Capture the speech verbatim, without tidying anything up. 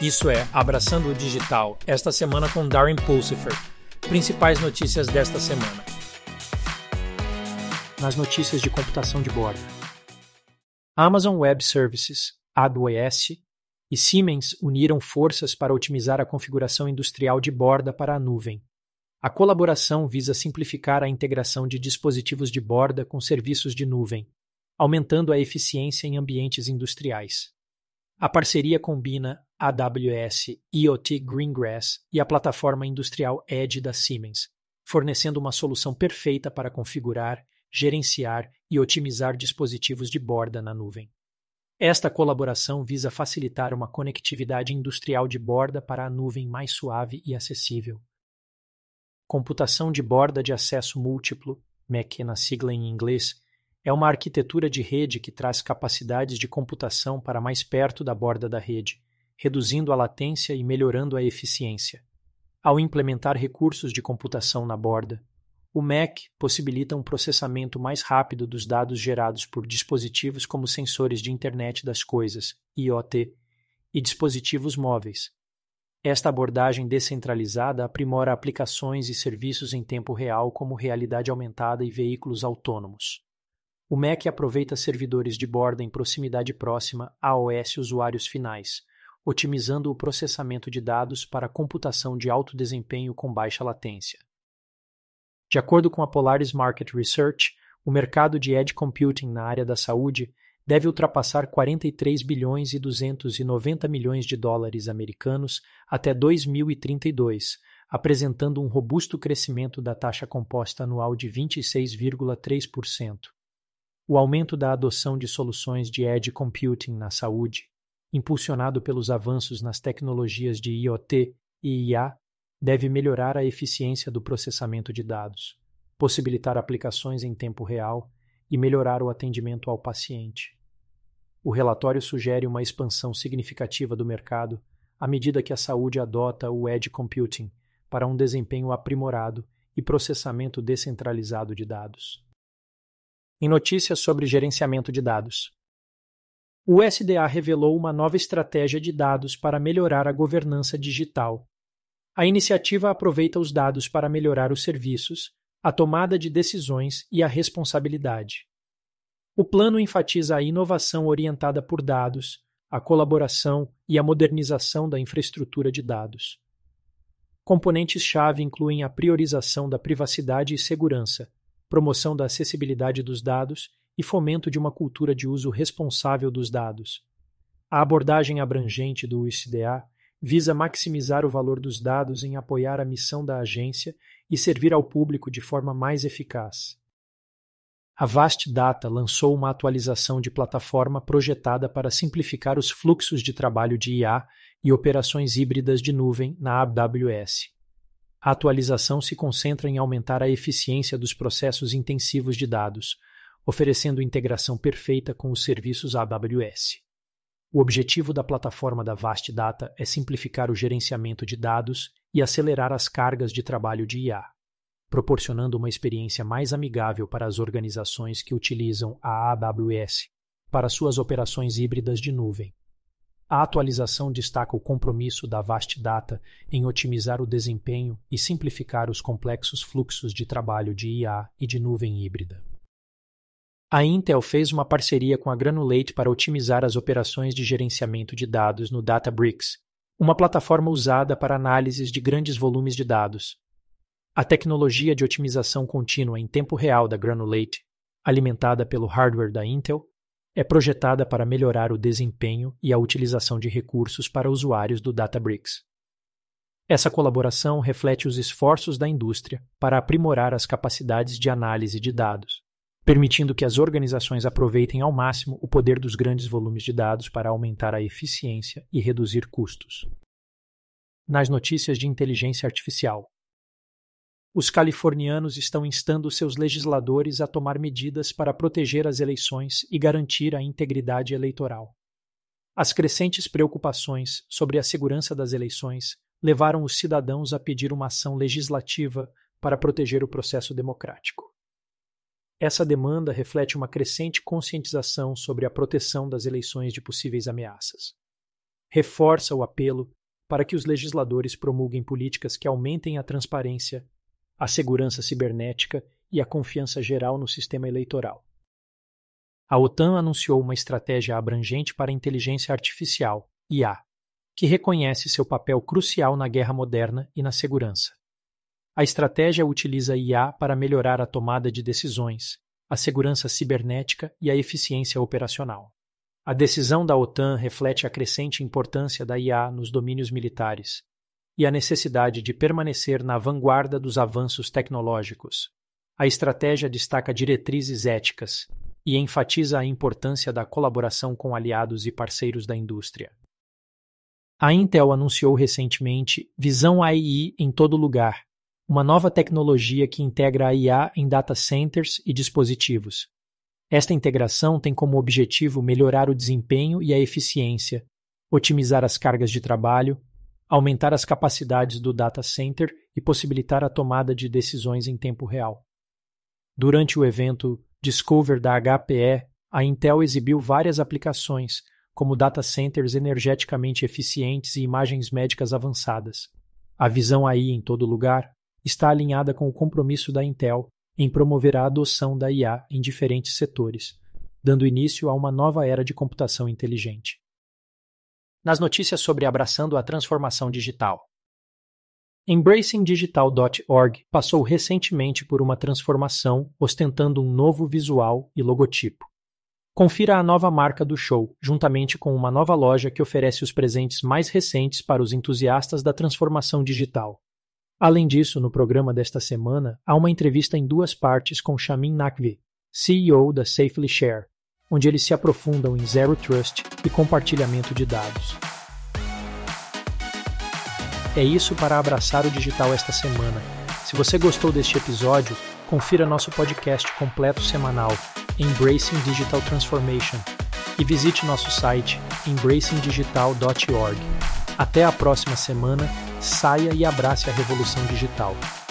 Isso é Abraçando o Digital, esta semana com Darren Pulsipher. Principais notícias desta semana. Nas notícias de computação de borda. Amazon Web Services, A W S, e Siemens uniram forças para otimizar a configuração industrial de borda para a nuvem. A colaboração visa simplificar a integração de dispositivos de borda com serviços de nuvem, aumentando a eficiência em ambientes industriais. A parceria combina a AWS I o T Greengrass e a plataforma industrial Edge da Siemens, fornecendo uma solução perfeita para configurar, gerenciar e otimizar dispositivos de borda na nuvem. Esta colaboração visa facilitar uma conectividade industrial de borda para a nuvem mais suave e acessível. Computação de borda de acesso múltiplo, M A C na sigla em inglês, é uma arquitetura de rede que traz capacidades de computação para mais perto da borda da rede, reduzindo a latência e melhorando a eficiência. Ao implementar recursos de computação na borda, o M A C possibilita um processamento mais rápido dos dados gerados por dispositivos como sensores de Internet das Coisas, I o T, e dispositivos móveis. Esta abordagem descentralizada aprimora aplicações e serviços em tempo real como realidade aumentada e veículos autônomos. O M A C aproveita servidores de borda em proximidade próxima a O S usuários finais, otimizando o processamento de dados para computação de alto desempenho com baixa latência. De acordo com a Polaris Market Research, o mercado de Edge Computing na área da saúde deve ultrapassar quarenta e três bilhões e duzentos e noventa milhões de dólares americanos até dois mil e trinta e dois, apresentando um robusto crescimento da taxa composta anual de vinte e seis vírgula três por cento. O aumento da adoção de soluções de Edge Computing na saúde, impulsionado pelos avanços nas tecnologias de I o T e I A, deve melhorar a eficiência do processamento de dados, possibilitar aplicações em tempo real e melhorar o atendimento ao paciente. O relatório sugere uma expansão significativa do mercado à medida que a saúde adota o Edge Computing para um desempenho aprimorado e processamento descentralizado de dados. Em notícias sobre gerenciamento de dados. O U S D A revelou uma nova estratégia de dados para melhorar a governança digital. A iniciativa aproveita os dados para melhorar os serviços, a tomada de decisões e a responsabilidade. O plano enfatiza a inovação orientada por dados, a colaboração e a modernização da infraestrutura de dados. Componentes-chave incluem a priorização da privacidade e segurança, promoção da acessibilidade dos dados e fomento de uma cultura de uso responsável dos dados. A abordagem abrangente do U S D A visa maximizar o valor dos dados em apoiar a missão da agência e servir ao público de forma mais eficaz. A Vast Data lançou uma atualização de plataforma projetada para simplificar os fluxos de trabalho de I A e operações híbridas de nuvem na A W S. A atualização se concentra em aumentar a eficiência dos processos intensivos de dados, oferecendo integração perfeita com os serviços A W S. O objetivo da plataforma da Vast Data é simplificar o gerenciamento de dados e acelerar as cargas de trabalho de I A, proporcionando uma experiência mais amigável para as organizações que utilizam a A W S para suas operações híbridas de nuvem. A atualização destaca o compromisso da Vast Data em otimizar o desempenho e simplificar os complexos fluxos de trabalho de I A e de nuvem híbrida. A Intel fez uma parceria com a Granulate para otimizar as operações de gerenciamento de dados no Databricks, uma plataforma usada para análises de grandes volumes de dados. A tecnologia de otimização contínua em tempo real da Granulate, alimentada pelo hardware da Intel, é projetada para melhorar o desempenho e a utilização de recursos para usuários do Databricks. Essa colaboração reflete os esforços da indústria para aprimorar as capacidades de análise de dados, permitindo que as organizações aproveitem ao máximo o poder dos grandes volumes de dados para aumentar a eficiência e reduzir custos. Nas notícias de inteligência artificial. Os californianos estão instando seus legisladores a tomar medidas para proteger as eleições e garantir a integridade eleitoral. As crescentes preocupações sobre a segurança das eleições levaram os cidadãos a pedir uma ação legislativa para proteger o processo democrático. Essa demanda reflete uma crescente conscientização sobre a proteção das eleições de possíveis ameaças. reforça o apelo para que os legisladores promulguem políticas que aumentem a transparência, a segurança cibernética e a confiança geral no sistema eleitoral. A OTAN anunciou uma estratégia abrangente para a inteligência artificial, I A, que reconhece seu papel crucial na guerra moderna e na segurança. A estratégia utiliza I A para melhorar a tomada de decisões, a segurança cibernética e a eficiência operacional. A decisão da OTAN reflete a crescente importância da I A nos domínios militares e a necessidade de permanecer na vanguarda dos avanços tecnológicos. A estratégia destaca diretrizes éticas e enfatiza a importância da colaboração com aliados e parceiros da indústria. A Intel anunciou recentemente Visão A I em todo lugar, uma nova tecnologia que integra a I A em data centers e dispositivos. Esta integração tem como objetivo melhorar o desempenho e a eficiência, otimizar as cargas de trabalho, aumentar as capacidades do data center e possibilitar a tomada de decisões em tempo real. Durante o evento Discover da H P E, a Intel exibiu várias aplicações, como data centers energeticamente eficientes e imagens médicas avançadas. A visão A I em todo lugar está alinhada com o compromisso da Intel em promover a adoção da I A em diferentes setores, dando início a uma nova era de computação inteligente. Nas notícias sobre Abraçando a Transformação Digital. Embracing Digital ponto org passou recentemente por uma transformação ostentando um novo visual e logotipo. Confira a nova marca do show, juntamente com uma nova loja que oferece os presentes mais recentes para os entusiastas da transformação digital. Além disso, no programa desta semana, há uma entrevista em duas partes com Shamin Naqvi, C E O da Safely Share, onde eles se aprofundam em Zero Trust e compartilhamento de dados. É isso para abraçar o digital esta semana. Se você gostou deste episódio, confira nosso podcast completo semanal, Embracing Digital Transformation, e visite nosso site embracing digital ponto org. Até a próxima semana, saia e abrace a revolução digital.